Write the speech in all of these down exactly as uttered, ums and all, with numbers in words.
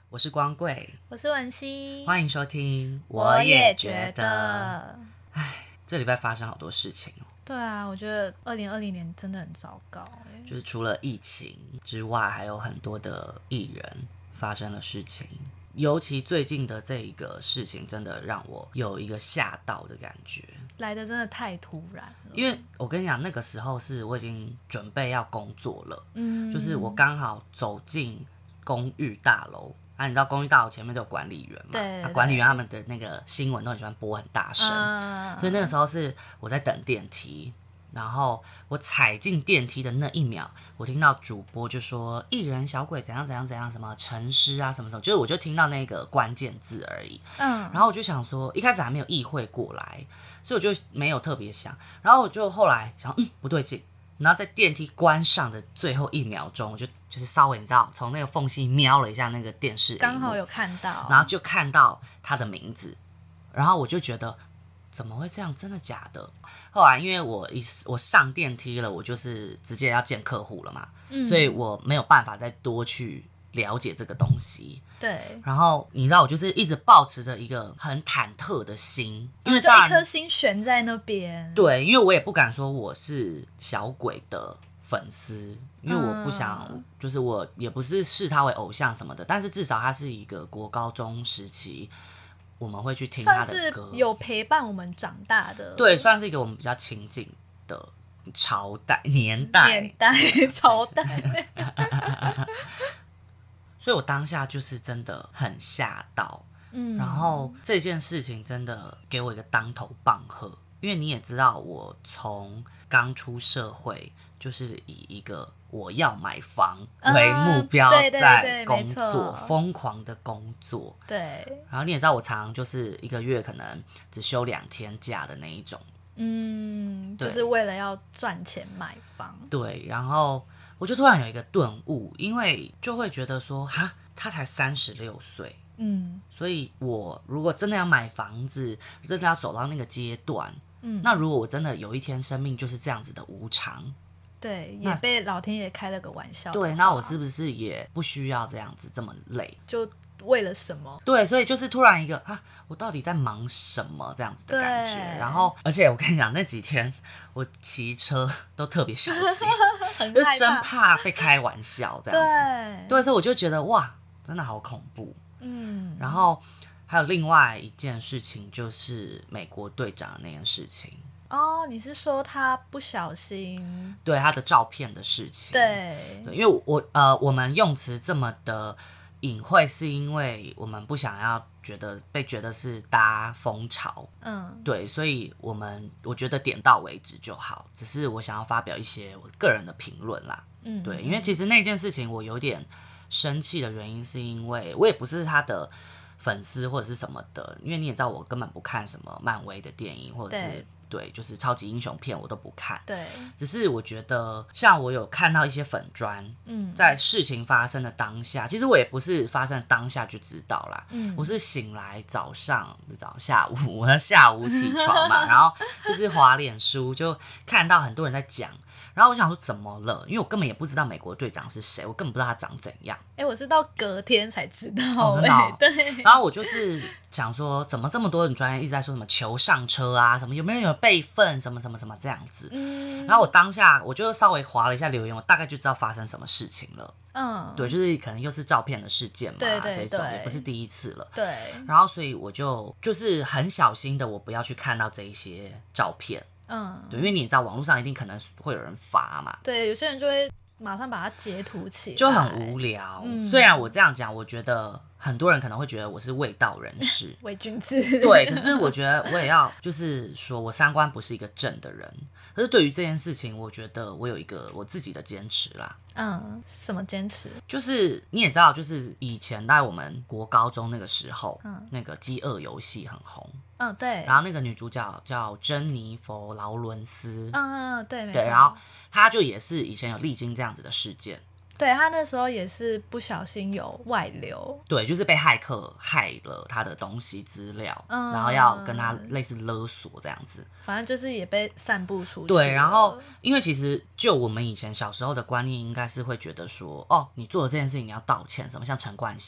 我是光贵， 我是文熙， 欢迎收听。 我也觉得， 唉，这礼拜发生好多事情哦。 对啊，我觉得二零二零年真的很糟糕耶， 就是除了疫情之外，还有很多的艺人发生了事情。尤其最近的这一个事情，真的让我有一个吓到的感觉， 来的真的太突然了。 因为我跟你讲，那个时候是我已经准备要工作了， 嗯， 就是我刚好走进公寓大楼。啊，你知道公寓大楼前面都有管理员嘛？ 对对对啊，管理员他们的那个新闻都很喜欢播很大声， 嗯、 所以那个时候是我在等电梯，然后我踩进电梯的那一秒，我听到主播就说艺人小鬼怎样怎样怎样，什么沉尸啊什么什么，就是我就听到那个关键字而已。 嗯， 然后我就想说，一开始还没有意会过来，所以我就没有特别想，然后我就后来想，嗯，不对劲。然后在电梯关上的最后一秒钟，我就就是稍微你知道从那个缝隙瞄了一下那个电视， 刚好有看到， 然后就看到他的名字，然后我就觉得怎么会这样？真的假的？后来因为我一我上电梯了，我就是直接要见客户了嘛，嗯、所以我没有办法再多去了解这个东西。 对， 然后你知道我就是一直抱持着一个很忐忑的心，因为就一颗心悬在那边。 对，因为我也不敢说我是小鬼的粉丝，因为我不想，嗯、就是我也不是视他为偶像什么的，但是至少他是一个国高中时期我们会去听他的歌， 算是有陪伴我们长大的， 对，算是一个我们比较亲近的朝代年代年代朝代。 所以我当下就是真的很吓到，嗯，然后这件事情真的给我一个当头棒喝，因为你也知道我从刚出社会就是以一个我要买房为目标在工作，疯狂的工作， 对， 然后你也知道我常常就是一个月可能只休两天假的那一种， 嗯，就是为了要赚钱买房， 对，然后我就突然有一个顿悟，因为就会觉得说，哈，他才三十六岁，嗯，所以我如果真的要买房子，真的要走到那个阶段，嗯，那如果我真的有一天生命就是这样子的无常， 对，也被老天爷开了个玩笑， 对，那我是不是也不需要这样子这么累？ 就为了什么？ 对，所以就是突然一个啊，我到底在忙什么这样子的感觉。然后，而且我跟你讲，那几天我骑车都特别小心，就生怕被开玩笑这样子。对，对，所以我就觉得哇，真的好恐怖。嗯，然后还有另外一件事情，就是美国队长的那件事情。 哦，你是说他不小心？ 对，他的照片的事情。 对， 对，因为我呃，我们用词这么的隐晦，是因为我们不想要觉得被觉得是搭风潮，嗯，对，所以我们我觉得点到为止就好。只是我想要发表一些我个人的评论啦，嗯，对，因为其实那件事情我有点生气的原因，是因为我也不是他的粉丝或者是什么的，因为你也知道我根本不看什么漫威的电影或者是。对，就是超级英雄片我都不看。 对， 只是我觉得，像我有看到一些粉专，嗯，在事情发生的当下，其实我也不是发生的当下就知道啦，嗯，我是醒来早上，不是早上下午，我下午起床嘛，然后就是滑脸书就看到很多人在讲。然后我想说怎么了？因为我根本也不知道美国队长是谁，我根本不知道他长怎样。 哎，我是到隔天才知道、欸， 哦，真的、哦。 对。 然后我就是想说，怎么这么多人专业一直在说什么求上车啊，什么有没有人有备份，什么什么什么这样子。嗯。然后我当下我就稍微滑了一下留言，我大概就知道发生什么事情了。嗯。对，就是可能又是照片的事件嘛， 对对对， 这种也不是第一次了。 对。 然后所以我就就是很小心的，我不要去看到这一些照片。嗯，对，因为你知道网络上一定可能会有人发嘛， 对，有些人就会马上把它截图起来， 就很无聊。嗯、虽然我这样讲，我觉得很多人可能会觉得我是卫道人士、 伪君子， 对，可是我觉得我也要就是说我三观不是一个正的人。可是对于这件事情，我觉得我有一个我自己的坚持啦。 嗯，什么坚持？ 就是你也知道，就是以前在我们国高中那个时候，嗯、那个饥饿游戏很红。 嗯，对。 然后那个女主角叫珍妮佛劳伦斯。 嗯，对，没错。 对，然后她就也是以前有历经这样子的事件。 对，他那时候也是不小心有外流， 对，就是被骇客害了他的东西资料，嗯、然后要跟他类似勒索这样子， 反正就是也被散布出去。 对，然后因为其实就我们以前小时候的观念，应该是会觉得说，哦，你做了这件事情你要道歉，什么像陈冠希。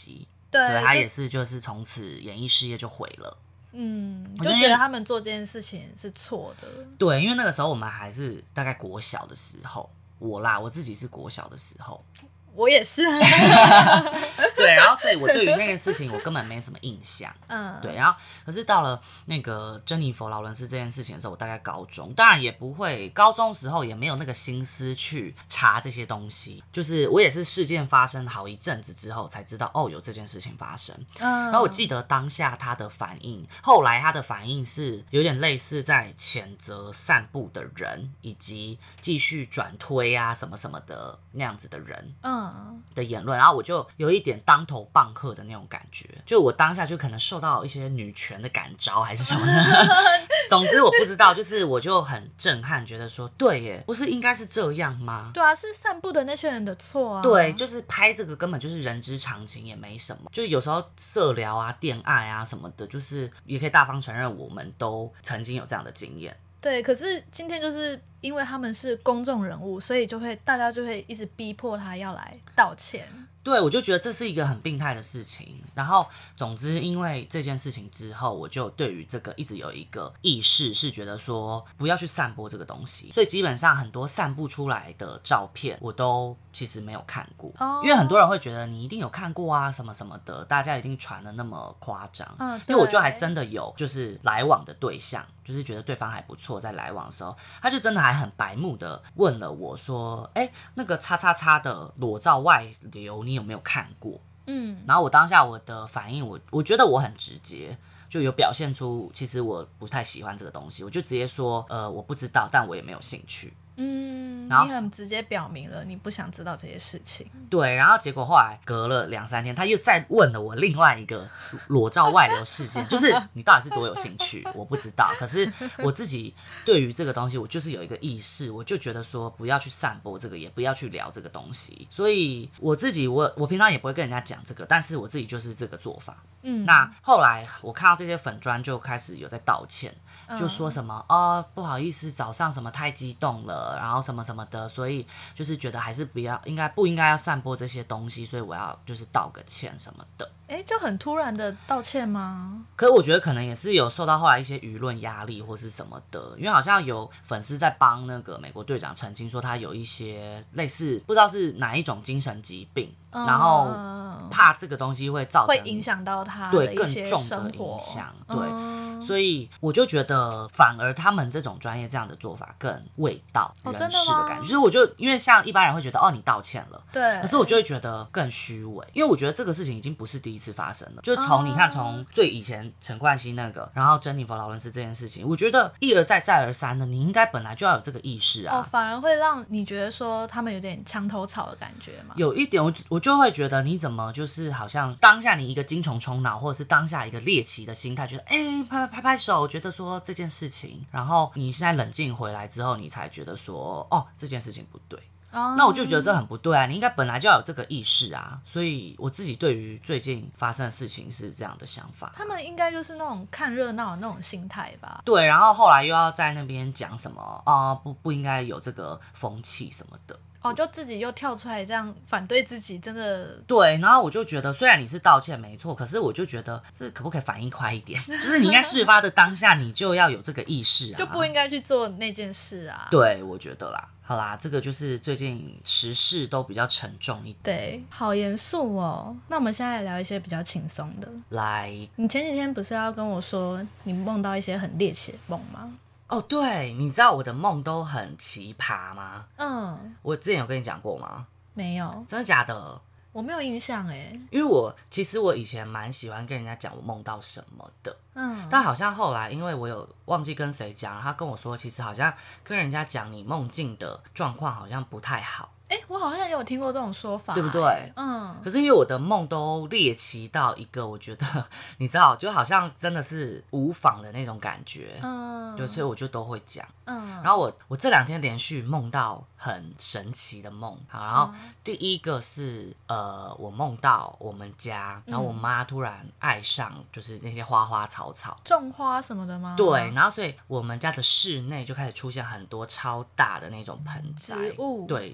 对， 对他也是就是从此演艺事业就毁了。 嗯，就觉得他们做这件事情是错的。 对，因为那个时候我们还是大概国小的时候，我啦，我自己是国小的时候。 我也是对，然后所以我对于那件事情我根本没什么印象。 嗯， 对，然后可是到了那个珍妮佛劳伦斯这件事情的时候，我大概高中，当然也不会，高中时候也没有那个心思去查这些东西，就是我也是事件发生好一阵子之后才知道，哦，有这件事情发生。嗯，然后我记得当下他的反应，后来他的反应是有点类似在谴责散步的人，以及继续转推啊什么什么的那样子的人。嗯。的言论，然后我就有一点当头棒喝的那种感觉，就我当下就可能受到一些女权的感召还是什么的总之我不知道，就是我就很震撼，觉得说对耶，不是应该是这样吗？ 对啊，是散步的那些人的错啊。 对，就是拍这个根本就是人之常情，也没什么，就有时候色聊啊恋爱啊什么的，就是也可以大方承认我们都曾经有这样的经验。 对，可是今天就是因为他们是公众人物，所以就会大家就会一直逼迫他要来道歉。 对，我就觉得这是一个很病态的事情。然后总之因为这件事情之后，我就对于这个一直有一个意识，是觉得说不要去散播这个东西，所以基本上很多散布出来的照片我都其实没有看过。oh. 因为很多人会觉得你一定有看过啊什么什么的，大家一定传的那么夸张。嗯，因为我就还真的有就是来往的对象，就是觉得对方还不错，在来往的时候他就真的还很白目的问了我说，哎，那个叉叉叉的裸照外流你有没有看过？嗯，然后我当下我的反应，我我觉得我很直接，就有表现出其实我不太喜欢这个东西，我就直接说呃我不知道，但我也没有兴趣。 嗯，你很直接表明了你不想知道这些事情。 对，然后结果后来隔了两三天，他又再问了我另外一个裸照外流事件，就是你到底是多有兴趣，我不知道。可是我自己对于这个东西，我就是有一个意识，我就觉得说不要去散播这个，也不要去聊这个东西。所以我自己，我我平常也不会跟人家讲这个，但是我自己就是这个做法。嗯，那后来我看到这些粉专就开始有在道歉。就说什么哦，不好意思，早上什么太激动了，然后什么什么的，所以就是觉得还是不要，应该不应该要散播这些东西，所以我要就是道个歉什么的。 哎，就很突然的道歉吗？ 可是我觉得可能也是有受到后来一些舆论压力或是什么的，因为好像有粉丝在帮那个美国队长澄清说他有一些类似不知道是哪一种精神疾病，嗯、然后怕这个东西会造成会影响到他的一些生活， 对更重的影响，对。 嗯所以我就觉得反而他们这种专业这样的做法更味道人事的感觉，就是我就因为像一般人会觉得哦你道歉了， 对， 可是我就会觉得更虚伪，因为我觉得这个事情已经不是第一次发生了，就是从、哦、你看从最以前陈冠希那个，然后珍妮佛劳伦斯这件事情，我觉得一而再再而三的，你应该本来就要有这个意识啊， 哦，反而会让你觉得说他们有点墙头草的感觉嘛， 有一点我我就会觉得你怎么就是好像当下你一个精虫充脑，或者是当下一个猎奇的心态，觉得哎拍拍拍手，觉得说这件事情，然后你现在冷静回来之后，你才觉得说哦这件事情不对。Oh. 那我就觉得这很不对啊，你应该本来就要有这个意识啊，所以我自己对于最近发生的事情是这样的想法。 他们应该就是那种看热闹的那种心态吧。 对，然后后来又要在那边讲什么啊、呃、不不应该有这个风气什么的。 哦，就自己又跳出来这样反对自己，真的对。然后我就觉得，虽然你是道歉没错，可是我就觉得这可不可以反应快一点？就是你应该事发的当下，你就要有这个意识啊， 就不应该去做那件事啊。 对，我觉得啦。好啦，这个就是最近时事都比较沉重一点， 对，好严肃哦。那我们现在来聊一些比较轻松的。 来， 你前几天不是要跟我说你梦到一些很猎奇的梦吗？ 哦，对，你知道我的梦都很奇葩吗？ 嗯， 我之前有跟你讲过吗？ 没有。 真的假的？ 我没有印象耶， 因为我其实我以前蛮喜欢跟人家讲我梦到什么的，嗯，但好像后来因为我有忘记跟谁讲，他跟我说其实好像跟人家讲你梦境的状况好像不太好。 哎，我好像也有听过这种说法， 对不对？ 嗯。 可是因为我的梦都猎奇到一个，我觉得你知道，就好像真的是无妨的那种感觉，嗯，对，所以我就都会讲，嗯。然后我我这两天连续梦到很神奇的梦，好，然后第一个是呃，我梦到我们家，然后我妈突然爱上就是那些花花草草， 种花什么的吗？ 对，然后所以我们家的室内就开始出现很多超大的那种盆栽， 植物， 对，植物。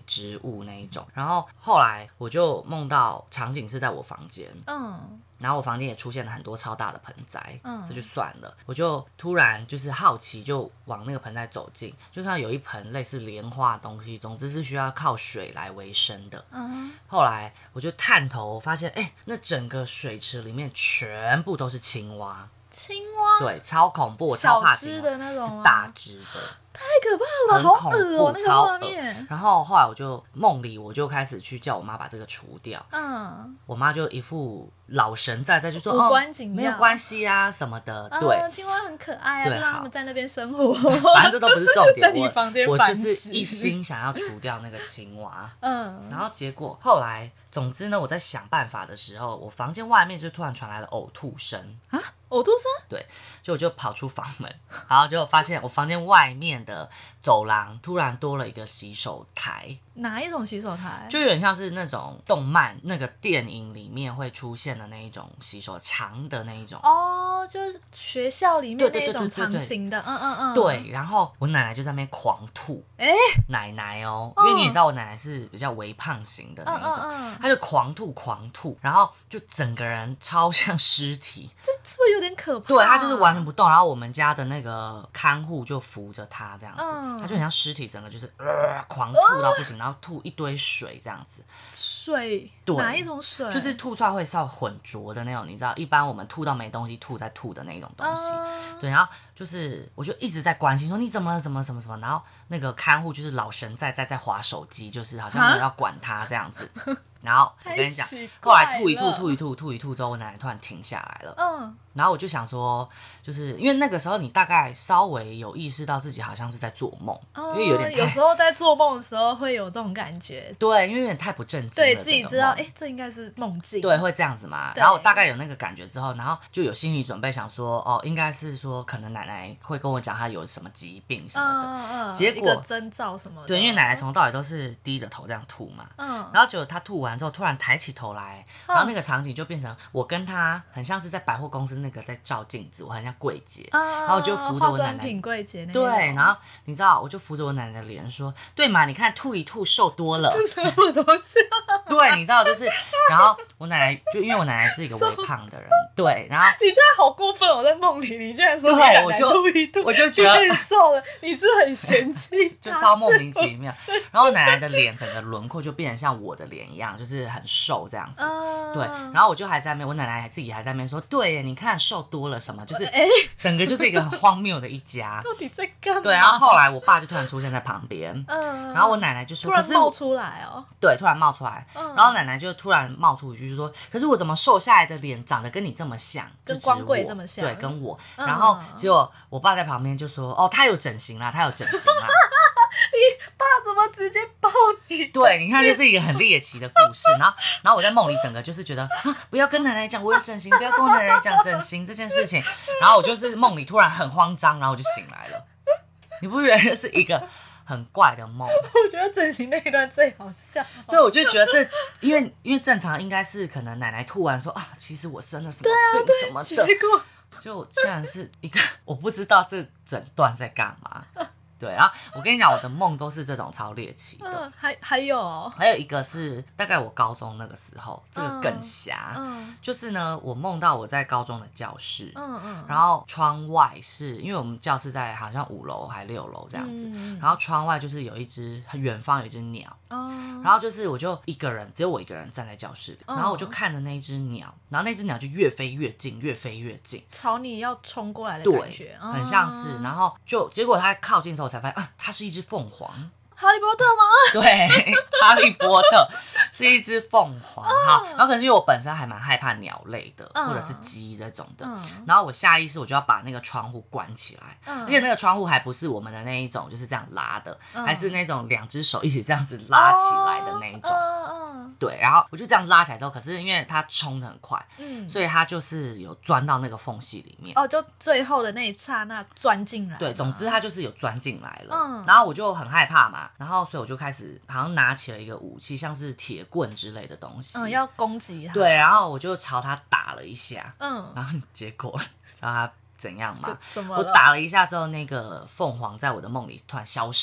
物那一种。然后后来我就梦到场景是在我房间， 嗯， 然后我房间也出现了很多超大的盆栽， 嗯， 这就算了。我就突然就是好奇，就往那个盆栽走近，就看到有一盆类似莲花的东西，总之是需要靠水来维生的。 嗯， 后来我就探头发现，哎，那整个水池里面全部都是青蛙。 青蛙， 对，超恐怖，我超怕青蛙， 小只的那种吗？ 是大只的， 太可怕了吧，好恶哦、那个画面。 然后后来我就梦里，我就开始去叫我妈把这个除掉。 嗯， 我妈就一副老神在在，就说无关紧要、 哦，没有关系啊什么的。对， 嗯、青蛙很可爱啊，就让他们在那边生活。 反正这都不是重点， 在你房间我我就是一心想要除掉那个青蛙。嗯，然后结果后来，总之呢，我在想办法的时候，我房间外面就突然传来了呕吐声啊。呕吐声？ 对，就我就跑出房门，然后就发现我房间外面的走廊突然多了一个洗手台。 哪一种洗手台？ 就有点像是那种动漫那个电影里面会出现的那一种洗手，长的那一种。 哦，就是学校里面那一种长形的，嗯嗯嗯。 对，然后我奶奶就在那边狂吐。哎、欸，奶奶哦，因为你也知道我奶奶是比较微胖型的那一种，嗯嗯嗯，她就狂吐狂吐，然后就整个人超像尸体。 这是不是有点可怕？ 对，她就是完全不动，然后我们家的那个看护就扶着她这样子，嗯，她就很像尸体，整个就是、呃、狂吐到不行，然后吐一堆水这样子。 水？ 对， 哪一种水？ 就是吐出来会稍微浑浊的那种，你知道，一般我们吐到没东西吐再吐的那种东西。嗯、对，然后就是我就一直在关心说你怎么了，怎么什么什么，然后那个看护就是老神在在在滑手机，就是好像没有要管他这样子。然后我跟你讲，后来吐一吐吐一吐吐一吐之后，我奶奶突然停下来了。嗯。然后我就想说，就是因为那个时候你大概稍微有意识到自己好像是在做梦，哦、因为有点有时候在做梦的时候会有这种感觉。 对，因为有点太不正经了， 对自己知道，哎，这应该是梦境。 对，会这样子嘛。然后我大概有那个感觉之后，然后就有心理准备，想说，哦，应该是说可能奶奶会跟我讲她有什么疾病什么的。嗯嗯。结果一个征兆什么的。 对，因为奶奶从头到尾都是低着头这样吐嘛。嗯。然后结果她吐完之后，突然抬起头来，然后那个场景就变成我跟她很像是在百货公司那个在照镜。我很像柜姐，嗯、然后我就扶着我奶奶，化妆品柜姐那对，然后你知道，我就扶着我奶奶的脸说：“对嘛，你看吐一吐瘦多了。” 这什么东西、啊？ 对，你知道，就是，然后我奶奶就因为我奶奶是一个微胖的人，对，然后你真的好过分！我在梦里，你居然说你奶奶吐一吐， 我就觉得很瘦了，你是很嫌弃， 就超莫名其妙。然后奶奶的脸整个轮廓就变成像我的脸一样，就是很瘦这样子，嗯、对。然后我就还在那边，我奶奶自己还在那边说：“对，你看瘦多了什么。”就是整个就是一个很荒谬的一家， 到底在干嘛？ 对，然后后来我爸就突然出现在旁边，嗯，然后我奶奶就说：“ 突然冒出来哦。” 对，突然冒出来，嗯、然后奶奶就突然冒出一句就说：“可是我怎么瘦下来的脸长得跟你这么像， 跟光贵这么像？” 对，跟我。嗯、然后结果我爸在旁边就说：“哦，他有整形啦，他有整形啦。” 你爸怎么直接抱你？ 对，你看，这是一个很猎奇的故事。然后，然后我在梦里整个就是觉得啊，不要跟奶奶讲我有整形，不要跟我奶奶讲整形这件事情。然后我就是梦里突然很慌张，然后我就醒来了。你不觉得这是一个很怪的梦？ 我觉得整形那一段最好笑。 对，我就觉得这，因为因为正常应该是可能奶奶吐完说啊，其实我生了什么病什么的， 结果就竟然是一个我不知道这整段在干嘛。对，然后我跟你讲，我的梦都是这种超猎奇的。 嗯，还还有、哦， 还有一个是大概我高中那个时候，这个更瞎。嗯，就是呢，我梦到我在高中的教室，嗯嗯，然后窗外是因为我们教室在好像五楼还六楼这样子，嗯、然后窗外就是有一只远方有一只鸟，哦，然后就是我就一个人，只有我一个人站在教室里，然后我就看着那一只鸟，然后那只鸟就越飞越近，越飞越近， 朝你要冲过来的感觉， 对，很像是，然后就结果它靠近的时候。我才发现啊，它是一只凤凰。 哈利波特吗？ 对，哈利波特是一只凤凰。好，然后可能因为我本身还蛮害怕鸟类的，嗯、或者是鸡这种的，嗯、然后我下意识我就要把那个窗户关起来，嗯、而且那个窗户还不是我们的那一种，就是这样拉的，嗯、还是那种两只手一起这样子拉起来的那一种。哦嗯对，然后我就这样拉起来之后，可是因为它冲得很快，嗯，所以它就是有钻到那个缝隙里面。 哦，就最后的那一刹那钻进来。 对，总之它就是有钻进来了。嗯，然后我就很害怕嘛，然后所以我就开始好像拿起了一个武器，像是铁棍之类的东西， 嗯，要攻击它。 对，然后我就朝它打了一下，嗯，然后结果知道它怎样吗？ 怎么了？ 我打了一下之后，那个凤凰在我的梦里突然消失。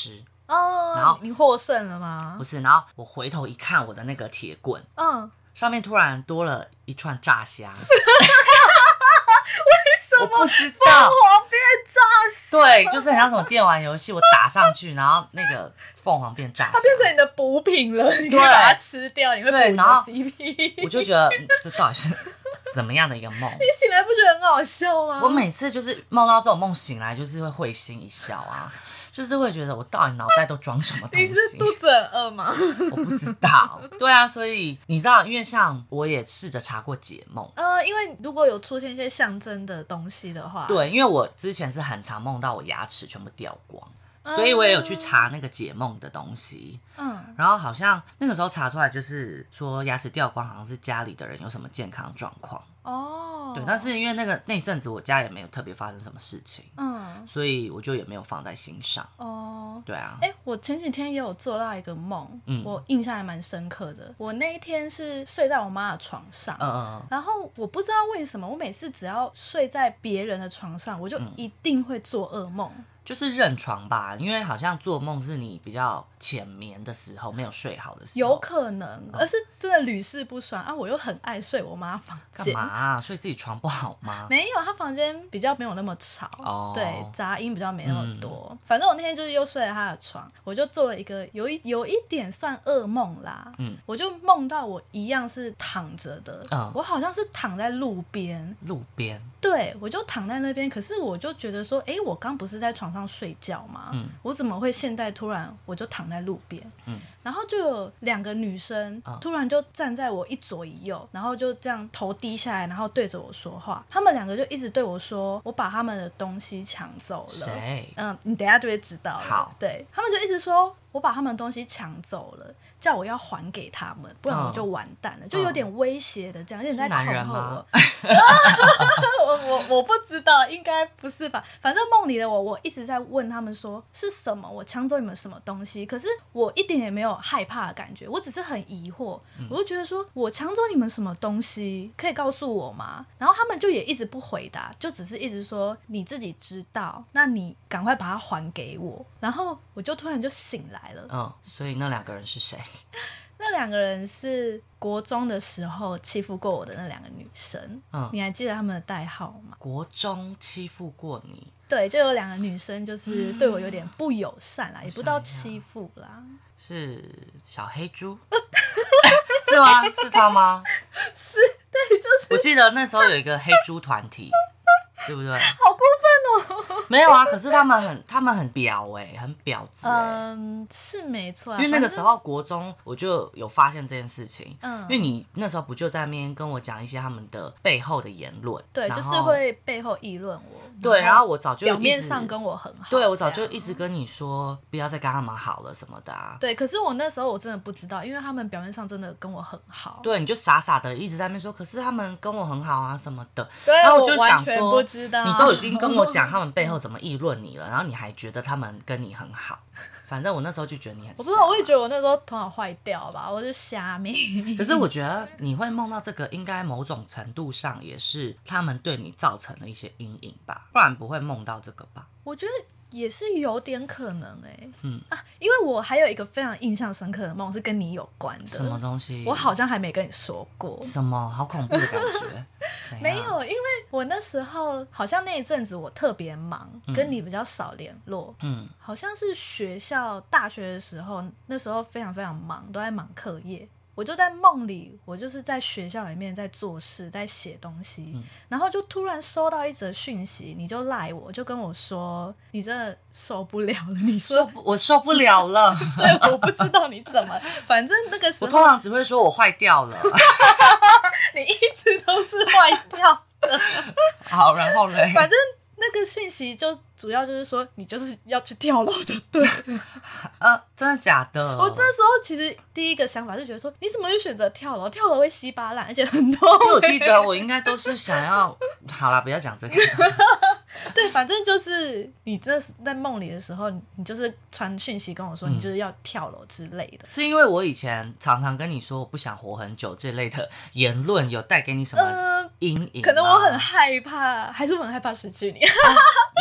哦，然后你获胜了吗？ 不是，然后我回头一看我的那个铁棍，嗯，上面突然多了一串炸虾。我不知道，凤凰变炸虾， 对，就是很像什么电玩游戏，我打上去，然后那个凤凰变炸虾， 它变成你的补品了，你可以把它吃掉，你会补你的 C P。 我就觉得、嗯、这到底是怎么样的一个梦？ 你醒来不觉得很好笑吗？ 我每次就是梦到这种梦醒来，就是会会心一笑啊。就是会觉得我到底脑袋都装什么东西？ 你是肚子很饿吗？ 我不知道。对啊，所以你知道，因为像我也试着查过解梦， 呃，因为如果有出现一些象征的东西的话， 对，因为我之前是很常梦到我牙齿全部掉光，嗯、所以我也有去查那个解梦的东西。嗯，然后好像那个时候查出来就是说牙齿掉光，好像是家里的人有什么健康状况。哦，对，但是因为那个那阵子我家也没有特别发生什么事情，嗯，所以我就也没有放在心上。哦，对啊， 哎，我前几天也有做到一个梦，嗯，我印象还蛮深刻的。我那一天是睡在我妈的床上，嗯嗯，然后我不知道为什么，我每次只要睡在别人的床上，我就一定会做噩梦。 就是认床吧，因为好像做梦是你比较浅眠的时候，没有睡好的时候， 有可能，哦、而是真的屡试不爽啊！我又很爱睡我妈房间， 干嘛、啊？睡自己床不好吗？ 没有，她房间比较没有那么吵，哦、对，杂音比较没那么多。嗯、反正我那天就是又睡了她的床，我就做了一个有一有一点算噩梦啦。嗯，我就梦到我一样是躺着的，嗯、我好像是躺在路边， 路边， 对，我就躺在那边，可是我就觉得说，哎，我刚不是在床上睡觉吗？嗯、我怎么会现在突然我就躺在路边？嗯、然后就有两个女生、嗯、突然就站在我一左一右，然后就这样头低下来，然后对着我说话。他们两个就一直对我说，我把他们的东西抢走了。 谁？ 嗯，你等一下就会知道了。 好， 对，他们就一直说我把他们的东西抢走了，叫我要还给他们，不然我就完蛋了，嗯、就有点威胁的这样，有点在恐吓我。我我我不知道，应该不是吧？反正梦里的我，我一直在问他们说是什么，我抢走你们什么东西？可是我一点也没有害怕的感觉，我只是很疑惑，嗯、我就觉得说我抢走你们什么东西，可以告诉我吗？然后他们就也一直不回答，就只是一直说你自己知道，那你赶快把它还给我。然后我就突然就醒来了。 嗯，所以那两个人是谁？ 那两个人是国中的时候欺负过我的那两个女生，嗯，你还记得他们的代号吗？ 国中欺负过你？ 对，就有两个女生就是对我有点不友善啦，嗯、也不到欺负啦。 是小黑猪？是吗？是他吗？ 是，对，就是。 我记得那时候有一个黑猪团体。对不对？ 好过分哦！ 没有啊，可是他们很，他们很婊哎、欸，很婊子哎、欸。 嗯，是没错、啊。 因为那个时候国中我就有发现这件事情。嗯。因为你那时候不就在那边跟我讲一些他们的背后的言论？ 对，就是会背后议论我。 对，然后我早就表面上跟我很好。 对，我早就一直跟你说不要再跟他们好了什么的啊。 对，可是我那时候我真的不知道，因为他们表面上真的跟我很好。 对，你就傻傻的一直在那边说，可是他们跟我很好啊什么的。 对， 然后我就想说。 知道你都已经跟我讲他们背后怎么议论你了，然后你还觉得他们跟你很好，反正我那时候就觉得你很…… 我不知道，我也觉得我那时候头脑坏掉吧，我是瞎妹。 可是我觉得你会梦到这个，应该某种程度上也是他们对你造成了一些阴影吧，不然不会梦到这个吧？ 我觉得。也是有点可能哎、欸，嗯啊，因为我还有一个非常印象深刻的梦是跟你有关的。 什么东西？ 我好像还没跟你说过。 什么？好恐怖的感觉。 没有，因为我那时候好像那一阵子我特别忙，嗯、跟你比较少联络。嗯，好像是学校大学的时候，那时候非常非常忙，都在忙课业。我就在梦里，我就是在学校里面在做事，在写东西，嗯、然后就突然收到一则讯息，你就赖我，就跟我说你真的受不了了。你说我受不了了， 对，我不知道你怎么，反正那个时候我通常只会说我坏掉了。 你一直都是坏掉的。 好，然后嘞， 反正那个讯息就主要就是说你就是要去跳楼就对了。 呃，真的假的？ 我那时候其实第一个想法是觉得说，你怎么会选择跳楼？跳楼会稀巴烂，而且很多。 因为我记得我应该都是想要，好啦，不要讲这个。 对，反正就是你这在梦里的时候，你就是传讯息跟我说，你就是要跳楼之类的。 是因为我以前常常跟你说我不想活很久这类的言论，有带给你什么阴影、呃？ 可能我很害怕，还是我很害怕失去你。 啊、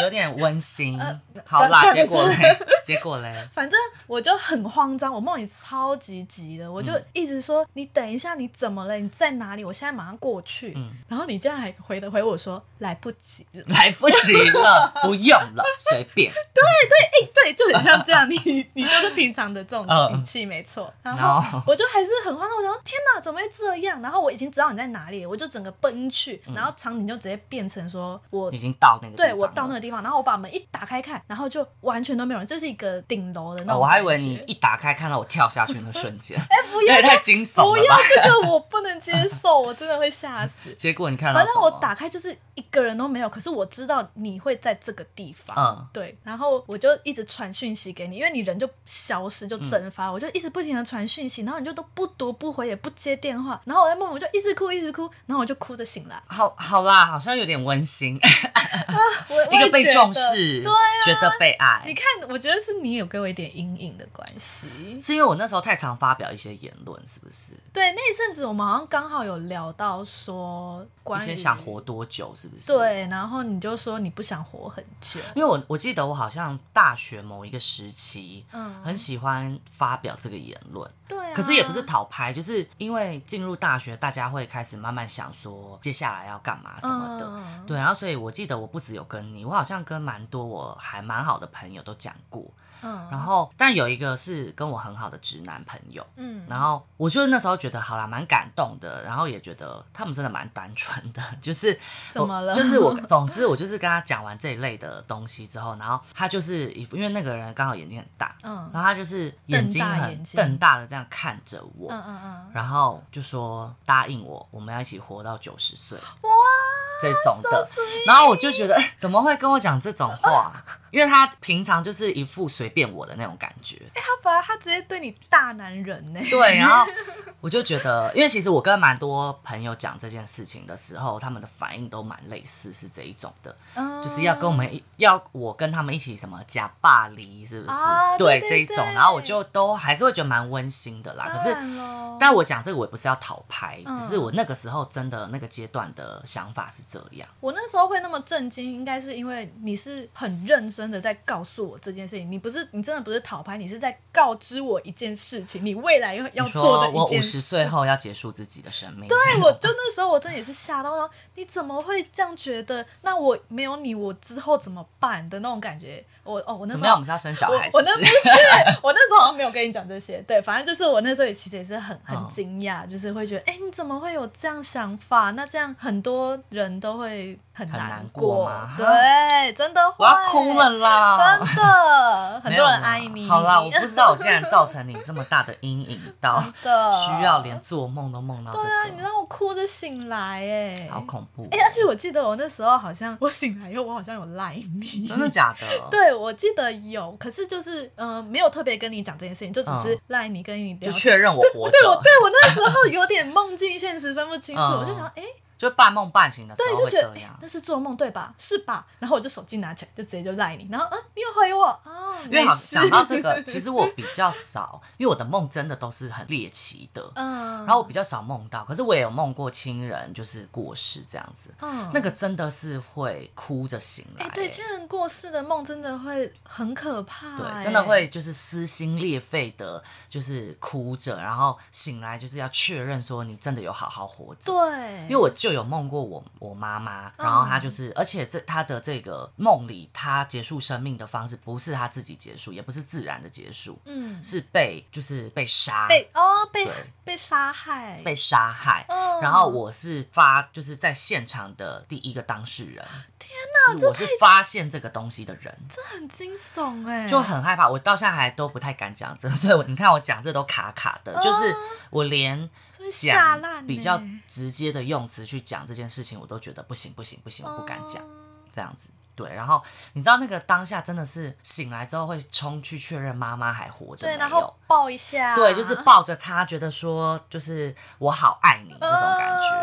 有点温馨。呃、好啦，结果嘞，结果嘞， 反正我就很慌张，我梦里超级急的，我就一直说、嗯、你等一下，你怎么了？你在哪里？我现在马上过去。嗯、然后你这样还回的回我说来不及了， 来不及了，不用了，随便。 对对，哎、欸，对，就很像这样，你你就是平常的这种语气，没错。然后我就还是很慌张，我想说天哪，怎么会这样？然后我已经知道你在哪里，我就整个奔去，然后场景就直接变成说我已经到那个地方了， 对我到那个地方，然后我把门一打开看，然后就完全都没有人，这是一个顶楼的那种、哦。 我还以为你一打开看到我跳下去那瞬间， 哎、欸，不要， 太惊悚了吧， 不要这个我不能接受，我真的会吓死。 结果你看到什么？ 反正我打开就是一个人都没有，可是我知道你会在这个地方，嗯，对，然后我就一直传讯息给你，因为你人就消失就蒸发、嗯，我就一直不停的传讯息，然后你就都不读不回也不接电话，然后我在梦里我就一直哭一直哭，然后我就哭着醒来。 好好啦，好像有点温馨， 啊、 一个被重视， 对啊， 觉得被爱。 你看，我觉得是你有给我一点阴影的关系， 是因为我那时候太常发表一些言论，是不是？ 对，那一阵子我们好像刚好有聊到说关于一些想活多久，是不是？ 对，然后你就说你不想活很久， 因为我我记得我好像大学某一个时期，嗯，很喜欢发表这个言论。 对啊， 可是也不是讨拍，就是因为进入大学，大家会开始慢慢想说接下来要干嘛什么的，嗯、对，然后所以我记得我不只有跟你，我好像跟蛮多我还蛮好的朋友都讲过。嗯，然后但有一个是跟我很好的直男朋友，嗯，然后我就那时候觉得好啦，蛮感动的，然后也觉得他们真的蛮单纯的，就是怎么了？ 就是我，总之我就是跟他讲完这一类的东西之后，然后他就是因为那个人刚好眼睛很大，嗯，然后他就是眼睛很瞪大的这样看着我，嗯嗯嗯，然后就说答应我，我们要一起活到九十岁，哇，这种的， so、然后我就觉得怎么会跟我讲这种话？因为他平常就是一副随便我的那种感觉， 哎、欸，他把他直接对你大男人呢， 对，然后我就觉得，因为其实我跟蛮多朋友讲这件事情的时候，他们的反应都蛮类似，是这一种的，嗯、就是要跟我们要我跟他们一起什么假霸凌，是不是？啊、对, 对, 对这一种，然后我就都还是会觉得蛮温馨的啦。可是，但我讲这个我也不是要讨拍、嗯，只是我那个时候真的那个阶段的想法是这样。 我那时候会那么震惊，应该是因为你是很认真的在告诉我这件事情，你不是你真的不是讨拍，你是在告知我一件事情，你未来要做的一件事。 你说我五十岁后要结束自己的生命。 对，我就那时候我真的也是吓到，你怎么会这样觉得？那我没有你，我之后怎么办的那种感觉。我哦，我那时候怎么样？我们是要生小孩是不是？ 我, 我那不是，我那时候好像没有跟你讲这些。对，反正就是我那时候也其实也是很很惊讶、嗯，就是会觉得，哎、欸，你怎么会有这样想法？那这样很多人都会很难过， 很难过吗？ 对，真的会， 我要哭了啦！ 真的，很多人爱你。 好啦，我不知道我竟然造成你这么大的阴影，到需要连做梦都梦到这个。 对啊，你让我哭着醒来，哎， 好恐怖！ 哎、欸，而且我记得我那时候好像我醒来以后，我好像有赖你， 真的假的？ 对。我记得有，可是就是呃，没有特别跟你讲这件事情，就只是赖你跟你聊， 就确认我活着。 对，我对我那时候有点梦境现实分不清楚，嗯、我就想，哎、欸。 就半梦半醒的时候会这样， 对，就觉得、欸、那是做梦对吧？是吧？然后我就手机拿起来，就直接就赖你，然后嗯，你有回我哦。 因为好讲到这个，其实我比较少，因为我的梦真的都是很猎奇的，嗯，然后我比较少梦到，可是我也有梦过亲人就是过世这样子，嗯，那个真的是会哭着醒来、欸。 哎、欸，对，亲人过世的梦真的会很可怕、欸， 对，真的会就是撕心裂肺的，就是哭着，然后醒来就是要确认说你真的有好好活着， 对， 因为我就。有梦过我我妈妈，然后她就是，嗯、而且这她的这个梦里，她结束生命的方式不是她自己结束，也不是自然的结束，嗯，是被就是被杀， 被哦被被杀害， 被杀害。嗯、然后我是发就是在现场的第一个当事人。 天哪， 我是发现这个东西的人， 这很惊悚哎， 就很害怕。我到现在还都不太敢讲这，所以我你看我讲这都卡卡的，嗯、就是我连。讲比较直接的用词去讲这件事情，我都觉得不行不行不行，我不敢讲，这样子。对，然后你知道那个当下真的是醒来之后会冲去确认妈妈还活着没有， 对，然后抱一下， 对，就是抱着她，觉得说就是我好爱你这种感觉。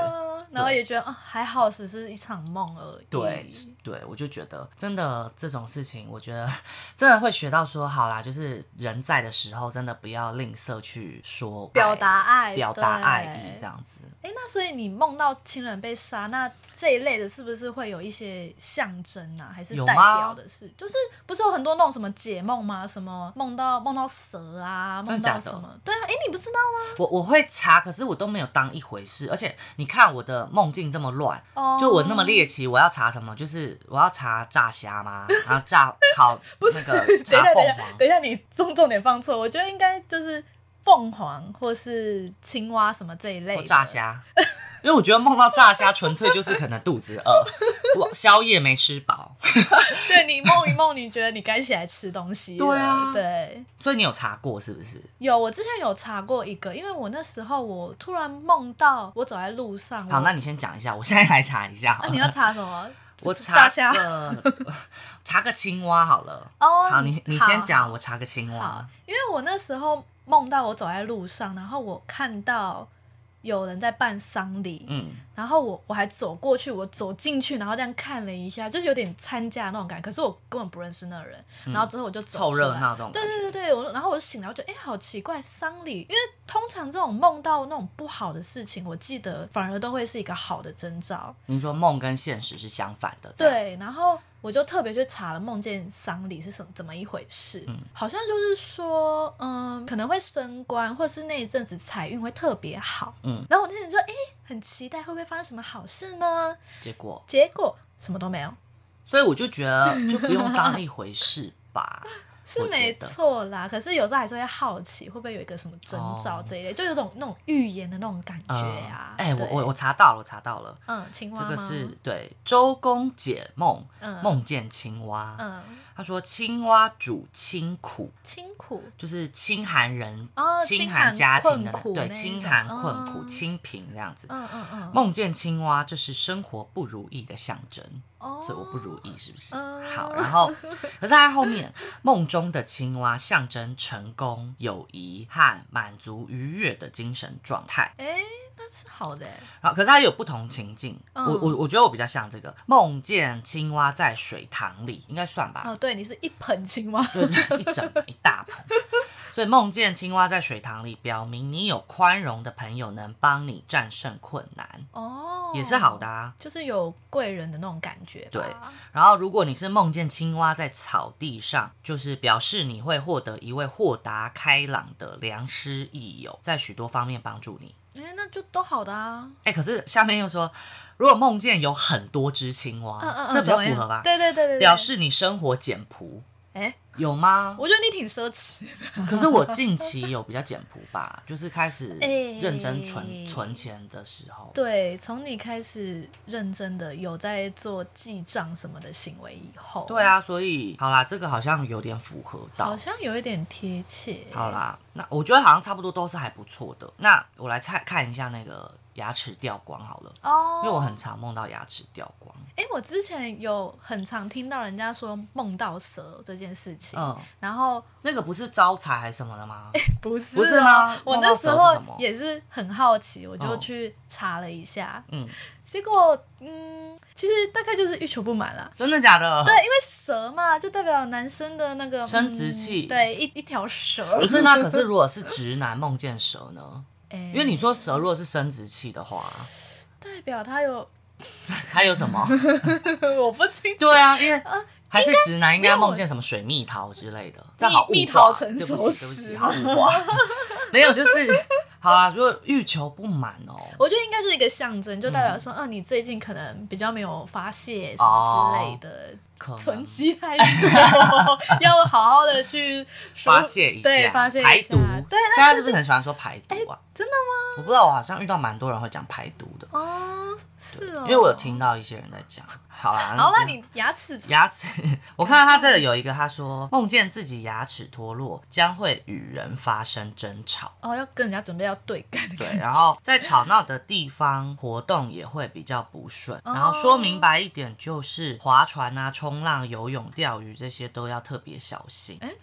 然后也觉得啊、哦，还好只是一场梦而已。 对对，我就觉得真的这种事情，我觉得真的会学到说，好啦，就是人在的时候，真的不要吝啬去说表达爱， 表达爱意这样子。 哎，那所以你梦到亲人被杀，那这一类的是不是会有一些象征啊，还是代表的是？就是不是有很多那种什么解梦吗？什么梦到梦到蛇啊，梦到什么？对啊，哎，你不知道吗？ 我我会查，可是我都没有当一回事。而且你看我的梦境这么乱，哦、就我那么猎奇，我要查什么？就是我要查炸虾吗？然后炸烤那个查凤凰？ 等一下，你重重点放错，我觉得应该就是凤凰或是青蛙什么这一类的。 炸虾。因为我觉得梦到炸虾纯粹就是可能肚子饿，我宵夜没吃饱。 对，你梦一梦，你觉得你该起来吃东西了。 对啊， 对。 所以你有查过是不是？ 有，我之前有查过一个，因为我那时候我突然梦到我走在路上。 好，那你先讲一下，我现在来查一下好了。 啊，你要查什么？ 我查个查个青蛙好了。哦，好，你你先讲，我查个青蛙。 因为我那时候梦到我走在路上，然后我看到有人在办丧礼，嗯，然后我我还走过去，我走进去，然后这样看了一下，就是有点参加那种感觉，可是我根本不认识那个人，嗯、然后之后我就走凑热闹这种感觉，对对对对，我然后我就醒来，我就哎、欸、好奇怪，丧礼，因为通常这种梦到那种不好的事情，我记得反而都会是一个好的征兆。 你说梦跟现实是相反的， 对，然后我就特别去查了梦见丧礼是什么怎么一回事，嗯、好像就是说，嗯，可能会升官，或是那一阵子财运会特别好，嗯，然后我那天就哎、欸、很期待会不会发生什么好事呢？ 结果结果什么都没有， 所以我就觉得就不用当一回事吧。 是没错啦，可是有时候还是会好奇，会不会有一个什么征兆这一类，哦、就有种那种预言的那种感觉啊。 哎、呃欸，我我我查到了，我查到了， 嗯，青蛙吗？ 这个是对周公解梦，嗯、梦见青蛙。嗯，他说青蛙主清苦， 清苦就是清寒人， 哦、 清寒家庭的， 对， 清寒困苦、清贫这样子。嗯嗯嗯，梦见青蛙，这是生活不如意的象征。哦，所以我不如意是不是？嗯、好，然后可是在后面梦中的青蛙象征成功、友谊和满足愉悦的精神状态。 哎，那是好的。 然后可是它有不同情境，嗯、我我我觉得我比较像这个梦见青蛙在水塘里，应该算吧？ 哦，对，你是一盆青蛙， 对，一整一大盆。所以梦见青蛙在水塘里，表明你有宽容的朋友能帮你战胜困难，哦，也是好的啊， 就是有贵人的那种感觉吧。 对，然后如果你是梦见青蛙在草地上，就是表示你会获得一位豁达开朗的良师益友，在许多方面帮助你。 哎，那就都好的啊。 哎，可是下面又说，如果梦见有很多只青蛙，嗯嗯嗯，这比较符合吧？ 对对对 对, 对， 表示你生活简朴。哎，有吗？ 我觉得你挺奢侈的。 可是我近期有比较简朴吧，就是开始认真存、欸、存钱的时候。 对，从你开始认真的有在做记账什么的行为以后。 对啊，所以好啦，这个好像有点符合到， 好像有一点贴切。 好啦，那我觉得好像差不多都是还不错的。那我来看看一下那个牙齿掉光好了，哦，因为我很常梦到牙齿掉光。 哎，我之前有很常听到人家说梦到蛇这件事情，嗯，然后那个不是招财还是什么的吗？ 哎，不是， 不是吗？ 我那时候也是很好奇，我就去查了一下，嗯，结果嗯，其实大概就是欲求不满啦。 真的假的？ 对，因为蛇嘛，就代表男生的那个生殖器， 嗯、对，一一条蛇。 不是，那可是如果是直男梦见蛇呢？因为你说蛇如果是生殖器的话， 代表他有， 他有什么？ 我不清楚。 对啊，因为、呃、还是直男应该梦见什么水蜜桃之类的，这好物化， 蜜桃成熟时， 好物化。没有，就是好啦，如果欲求不满哦， 我觉得应该就是一个象征，就代表说，嗯、呃，你最近可能比较没有发泄什么之类的。哦，存积太多，要好好的去发泄一下， 对，发泄一下排毒。对，现在是不是很喜欢说排毒啊？ 真的吗？ 我不知道，我好像遇到蛮多人会讲排毒的。 哦，是哦， 因为我有听到一些人在讲。好啦， 好啦，你牙齿牙齿，我看到他这里有一个，他说梦见自己牙齿脱落，将会与人发生争吵。 哦，要跟人家准备要对干的感觉。 对，然后在吵闹的地方活动也会比较不顺。哦、然后说明白一点，就是划船啊、冲浪、游泳、钓鱼这些都要特别小心。 哎，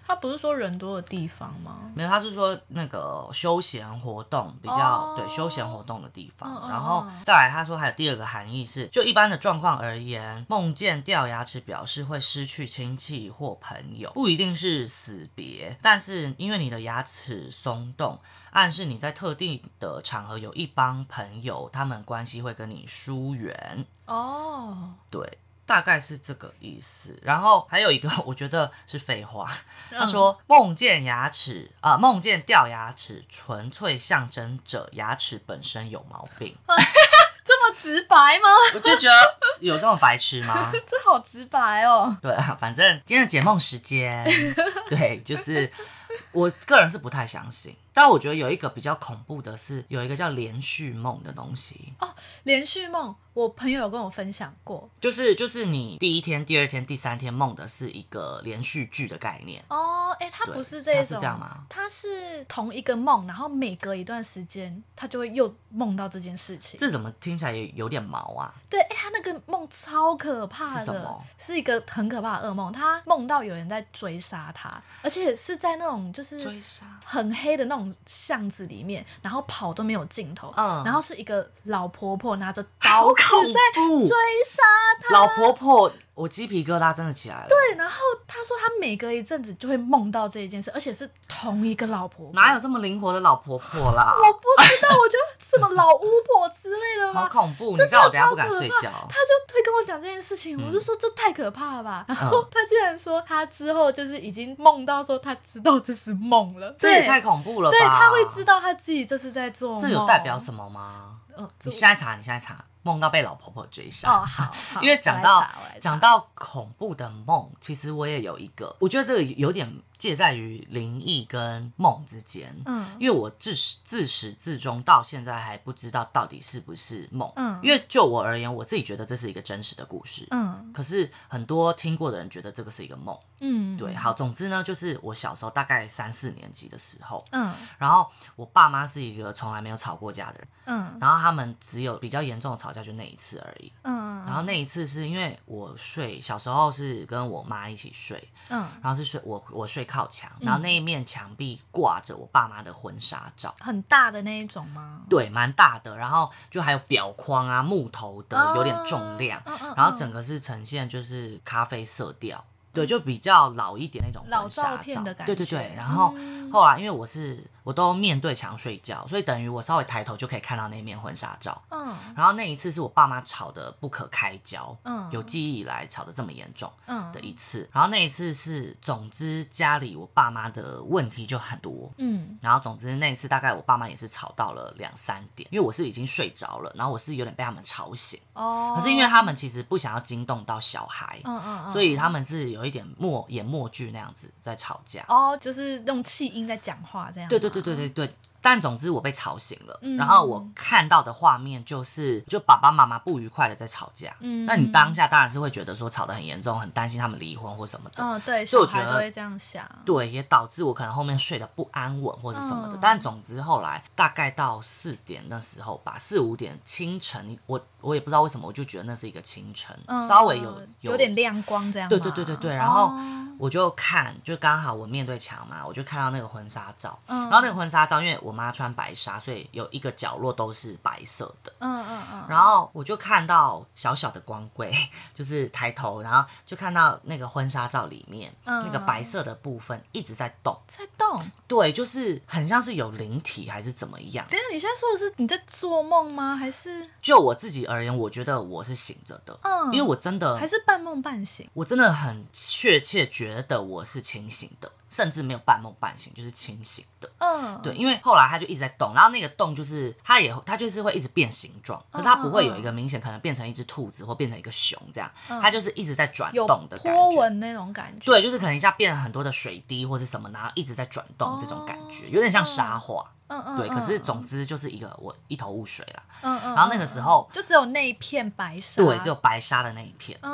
他不是说人多的地方吗？ 没有，他是说那个休闲活动比较、oh. 对休闲活动的地方。Oh. 然后再来，他说还有第二个含义是，就一般的状况而言，梦见掉牙齿表示会失去亲戚或朋友，不一定是死别，但是因为你的牙齿松动，暗示你在特定的场合有一帮朋友，他们关系会跟你疏远。哦、oh. 对，大概是这个意思。然后还有一个我觉得是废话，他说梦见牙齿啊、呃，梦见掉牙齿纯粹象征着牙齿本身有毛病。 这么直白吗？ 我就觉得有这么白痴吗？ 这好直白哦。 对啊，反正今天的解梦时间，对，就是我个人是不太相信，但我觉得有一个比较恐怖的是，有一个叫连续梦的东西。 哦，连续梦，我朋友有跟我分享过， 就是就是你第一天、第二天、第三天梦的是一个连续剧的概念。 哦，哎，它不是这种，它是这样吗？ 它是同一个梦，然后每隔一段时间，它就会又梦到这件事情。 这怎么听起来也有点毛啊？ 对，哎，他那个梦超可怕的， 是什么？ 是一个很可怕的噩梦。他梦到有人在追杀他，而且是在那种就是追杀很黑的那种巷子里面，然后跑都没有尽头。嗯，然后是一个老婆婆拿着刀子在追杀他。 老婆婆，我鸡皮疙瘩真的起来了。 对，然后他说他每隔一阵子就会梦到这一件事，而且是同一个老婆婆。 哪有这么灵活的老婆婆啦？ 我不知道，我觉得什么老巫婆之类的吗？ 好恐怖！你知道我等下不敢睡觉。 他就会跟我讲这件事情，嗯、我就说这太可怕了吧。然后他居然说他之后就是已经梦到说他知道这是梦了， 这也太恐怖了吧？ 对，他会知道他自己这是在做梦。 这有代表什么吗？呃、你现在查，你现在查。梦到被老婆婆追杀哦，好，好因为讲到讲到恐怖的梦，其实我也有一个，我觉得这个有点介在于灵异跟梦之间，嗯，因为我自始自始至终到现在还不知道到底是不是梦，嗯，因为就我而言，我自己觉得这是一个真实的故事，嗯，可是很多听过的人觉得这个是一个梦，嗯，对，好，总之呢，就是我小时候大概三四年级的时候，嗯，然后我爸妈是一个从来没有吵过架的人，嗯，然后他们只有比较严重的吵架就那一次而已，嗯，然后那一次是因为我睡小时候是跟我妈一起睡，嗯，然后是睡我我睡靠墙，然后那一面墙壁挂着我爸妈的婚纱照， 很大的那一种吗？ 对，蛮大的，然后就还有裱框啊，木头的，有点重量，哦、然后整个是呈现就是咖啡色调。对，就比较老一点那种婚纱照， 老照片的感觉。 对对对，然后、嗯、后来因为我是我都面对墙睡觉，所以等于我稍微抬头就可以看到那面婚纱照。嗯，然后那一次是我爸妈吵得不可开交，嗯，有记忆以来吵得这么严重的一次。嗯、然后那一次是，总之家里我爸妈的问题就很多，嗯，然后总之那一次大概我爸妈也是吵到了两三点，因为我是已经睡着了，然后我是有点被他们吵醒。哦，可是因为他们其实不想要惊动到小孩，嗯嗯嗯，所以他们是有一点默演默剧那样子在吵架。 哦，就是用气音在讲话这样。 对对对对对对。但总之我被吵醒了，嗯、然后我看到的画面就是就爸爸妈妈不愉快的在吵架。嗯，那你当下当然是会觉得说吵得很严重，很担心他们离婚或什么的。 嗯，对， 所以我觉得小孩都会这样想。 对，也导致我可能后面睡得不安稳或者什么的。嗯、但总之后来大概到四点那时候吧，四五点清晨，我我也不知道为什么，我就觉得那是一个清晨，嗯、稍微有有, 有点亮光这样。 对对对对对，然后。哦我就看，就刚好我面对墙嘛，我就看到那个婚纱照，嗯、然后那个婚纱照，因为我妈穿白纱，所以有一个角落都是白色的，嗯嗯嗯，然后我就看到小小的光柜，就是抬头，然后就看到那个婚纱照里面、嗯、那个白色的部分一直在动， 在动， 对，就是很像是有灵体还是怎么样。 等一下，你现在说的是你在做梦吗？还是就我自己而言，我觉得我是醒着的，嗯，因为我真的还是半梦半醒， 我真的很确切觉得觉得我是清醒的，甚至没有半梦半醒，就是清醒的。嗯，对，因为后来他就一直在动，然后那个动就是他也他就是会一直变形状，可是他不会有一个明显可能变成一只兔子或变成一个熊这样，嗯、他就是一直在转动的感觉， 有波纹那种感觉。 对，就是可能一下变了很多的水滴或是什么，然后一直在转动这种感觉，有点像沙画。嗯嗯，对，可是总之就是一个我一头雾水啦。嗯嗯，然后那个时候就只有那一片白纱， 对，只有白纱的那一片。嗯。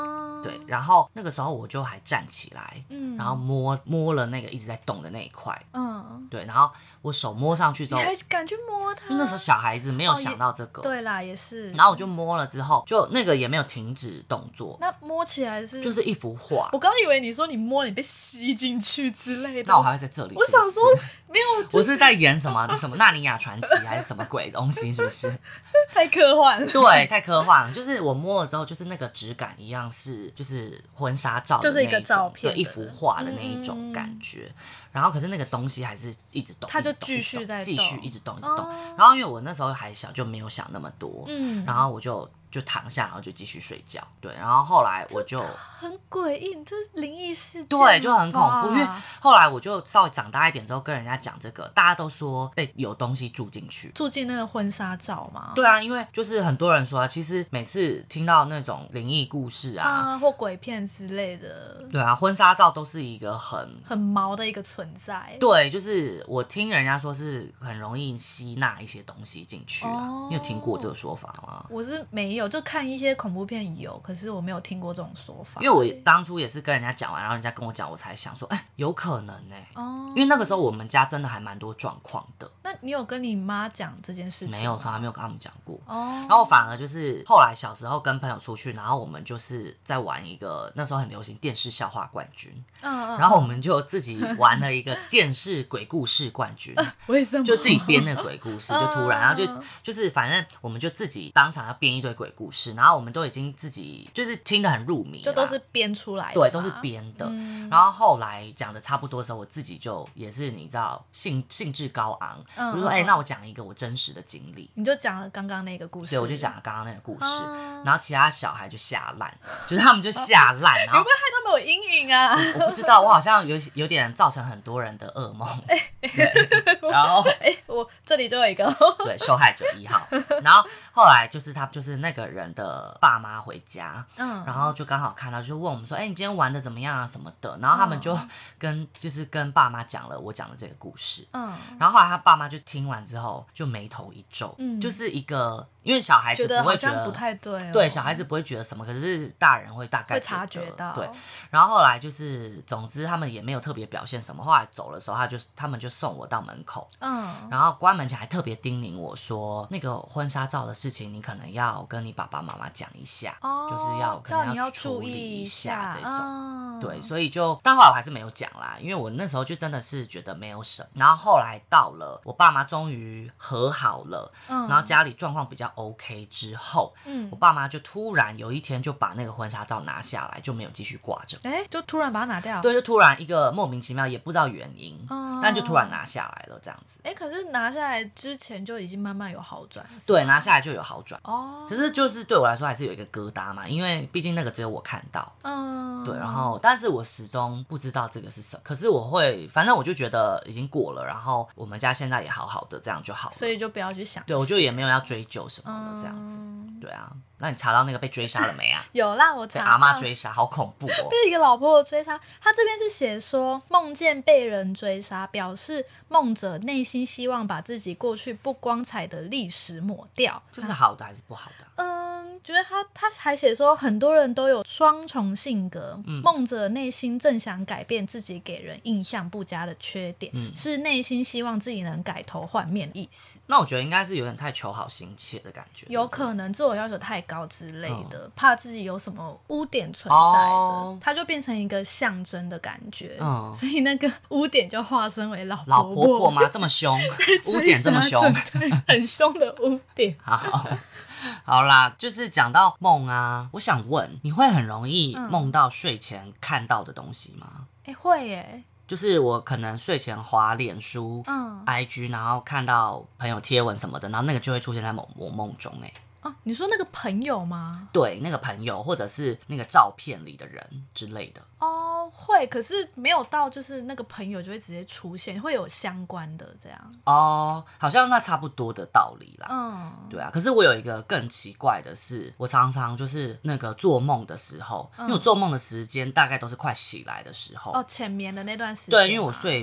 对，然后那个时候我就还站起来，嗯，然后摸摸了那个一直在动的那一块，嗯，对，然后我手摸上去之后， 你还敢去摸它？ 那时候小孩子没有想到这个， 哦、对啦，也是。 然后我就摸了之后，就那个也没有停止动作。 那摸起来是就是一幅画。 我刚以为你说你摸你被吸进去之类的， 那我还会在这里是不是？ 我想说没有， 我是在演什么什么纳尼亚传奇还是什么鬼东西？是不是？ 太科幻了。 对，太科幻了。就是我摸了之后，就是那个质感一样是，就是婚纱照的那一种， 就是一个照片， 对，一幅画的那一种感觉。嗯、然后可是那个东西还是一直动， 它就继续在继续一直动，一直动。哦、然后因为我那时候还小，就没有想那么多，嗯，然后我就。就躺下，然后就继续睡觉。对，然后后来我就很诡异，这是灵异事件， 对，就很恐怖。因为后来我就稍微长大一点之后，跟人家讲这个，大家都说被有东西住进去， 住进那个婚纱照嘛。 对啊，因为就是很多人说，其实每次听到那种灵异故事啊， 啊或鬼片之类的， 对啊，婚纱照都是一个很很毛的一个存在。 对，就是我听人家说是很容易吸纳一些东西进去啊。哦、你有听过这个说法吗？ 我是没有。就看一些恐怖片有，可是我没有听过这种说法。 因为我当初也是跟人家讲完，然后人家跟我讲，我才想说，哎、欸，有可能呢、欸。哦。因为那个时候我们家真的还蛮多状况的。 那你有跟你妈讲这件事情吗？ 没有，从来没有跟他们讲过。哦。然后反而就是后来小时候跟朋友出去，然后我们就是在玩一个那时候很流行电视笑话冠军。嗯嗯。然后我们就自己玩了一个电视鬼故事冠军。 为什么？ 就自己编那鬼故事，就突然，然后就就是反正我们就自己当场要编一堆鬼故事。然后我们都已经自己就是听得很入迷， 就都是编出来的， 对，都是编的。嗯、然后后来讲的差不多的时候，我自己就也是你知道兴兴致高昂，嗯、我就说哎、欸，那我讲一个我真实的经历， 你就讲了刚刚那个故事， 对，我就讲了刚刚那个故事，啊、然后其他小孩就吓烂，就是他们就吓烂，然后你会不会害他们有阴影啊？ 我, 我不知道，我好像有有点造成很多人的噩梦，欸、然后哎、欸，我这里就有一个对受害者一号，然后后来就是他就是那个人的爸妈回家，嗯，然后就刚好看到，就问我们说，哎、欸，你今天玩的怎么样啊什么的，然后他们就跟、嗯、就是跟爸妈讲了我讲的这个故事，嗯，然后后来他爸妈就听完之后就眉头一皱，嗯，就是一个因为小孩子不会觉得好像不太对、哦， 对，小孩子不会觉得什么，可是大人会大概会察觉到， 对，然后后来就是总之他们也没有特别表现什么，后来走的时候他就他们就送我到门口，嗯，然后关门前还特别叮咛我说，那个婚纱照的事情你可能要跟你爸爸妈妈讲一下，哦，就是要可能要处理一下这种， 哦、 对，所以就但后来我还是没有讲啦，因为我那时候就真的是觉得没有什么，然后后来到了我爸妈终于和好了，嗯，然后家里状况比较 OK 之后，嗯，我爸妈就突然有一天就把那个婚纱照拿下来，就没有继续挂着， 哎，就突然把它拿掉， 对，就突然一个莫名其妙也不知道原因，哦，但就突然拿下来了这样子， 哎，可是拿下来之前就已经慢慢有好转， 对，拿下来就有好转，哦，可是就是对我来说还是有一个疙瘩嘛，因为毕竟那个只有我看到，嗯，对，然后但是我始终不知道这个是什么，可是我会，反正我就觉得已经过了，然后我们家现在也好好的，这样就好了， 所以就不要去想， 对，我就也没有要追究什么了，这样子，嗯，对啊。那你查到那个被追杀了没啊？ 有啦，我查到被阿嬷追杀，好恐怖哦！ 被一个老婆婆追杀，他这边是写说梦见被人追杀，表示梦者内心希望把自己过去不光彩的历史抹掉。 这是好的还是不好的？ 嗯，觉得他他还写说很多人都有双重性格，嗯、梦者内心正想改变自己给人印象不佳的缺点，嗯、是内心希望自己能改头换面的意思。 那我觉得应该是有点太求好心切的感觉， 有可能自我要求太高。之类的，嗯、怕自己有什么污点存在着，哦、它就变成一个象征的感觉，嗯、所以那个污点就化身为老婆婆老婆婆吗？这么凶，污点这么凶， 对，很凶的污点。 好，好啦，就是讲到梦啊，我想问，你会很容易梦到睡前看到的东西吗？ 哎、嗯欸，会耶。 就是我可能睡前滑脸书、嗯、I G， 然后看到朋友贴文什么的，然后那个就会出现在我梦中，哎。 哦，你说那个朋友吗？ 对，那个朋友或者是那个照片里的人之类的。 哦，会，可是没有到就是那个朋友就会直接出现，会有相关的这样。 哦，好像那差不多的道理啦。嗯，对啊。可是我有一个更奇怪的是，我常常就是那个做梦的时候，嗯、因为我做梦的时间大概都是快起来的时候。 哦，浅眠的那段时间。 对，因为我睡眠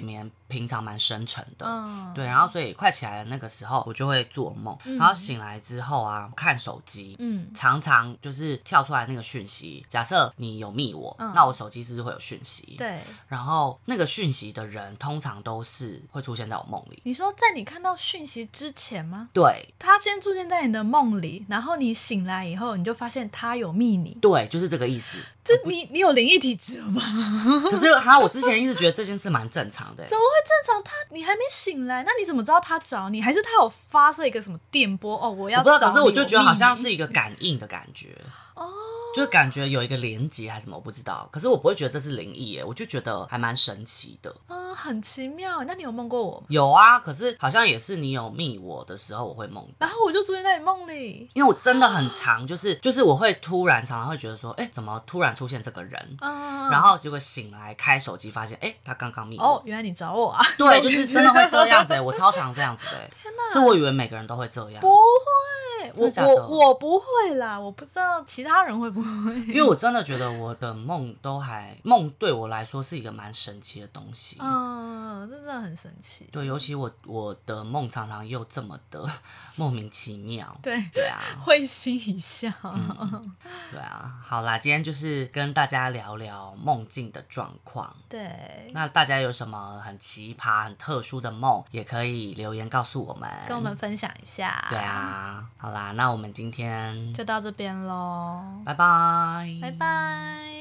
平常蛮深沉的，嗯，对，然后所以快起来的那个时候我就会做梦，嗯，然后醒来之后啊看手机，嗯，常常就是跳出来那个讯息，假设你有密我，嗯，那我手机是不是会有讯息？ 对， 然后那个讯息的人通常都是会出现在我梦里。 你说在你看到讯息之前吗？ 对， 他先出现在你的梦里，然后你醒来以后你就发现他有密你。 对，就是这个意思。 这你你有灵异体质了吧？ 可是哈，我之前一直觉得这件事蛮正常的。 怎么会正常？他你还没醒来，那你怎么知道他找你？还是他有发射一个什么电波？哦，我要找你。 我不知道，可是我就觉得好像是一个感应的感觉。哦，就感觉有一个连结还是什么，我不知道。可是我不会觉得这是灵异耶，我就觉得还蛮神奇的。 嗯，很奇妙。那你有梦过我吗？ 有啊，可是好像也是你有密我的时候我会梦到， 然后我就出现在你梦里。 因为我真的很常，就是就是我会突然常常会觉得说，哎，怎么突然出现这个人？嗯，然后结果醒来开手机发现，哎，他刚刚密我。 哦，原来你找我啊？ 对，就是真的会这样子，我超常这样子的。天哪！所以我以为每个人都会这样。 不会。我我我不会啦，我不知道其他人会不会， 因为我真的觉得我的梦都还梦对我来说是一个蛮神奇的东西， 嗯，这真的很神奇。 对，尤其我我的梦常常又这么的莫名其妙， 对对啊， 会心一笑， 嗯，对啊，好啦，今天就是跟大家聊聊梦境的状况。 对， 那大家有什么很奇葩、很特殊的梦，也可以留言告诉我们， 跟我们分享一下。 对啊，好啦，那我们今天就到这边咯， 拜拜， 拜拜。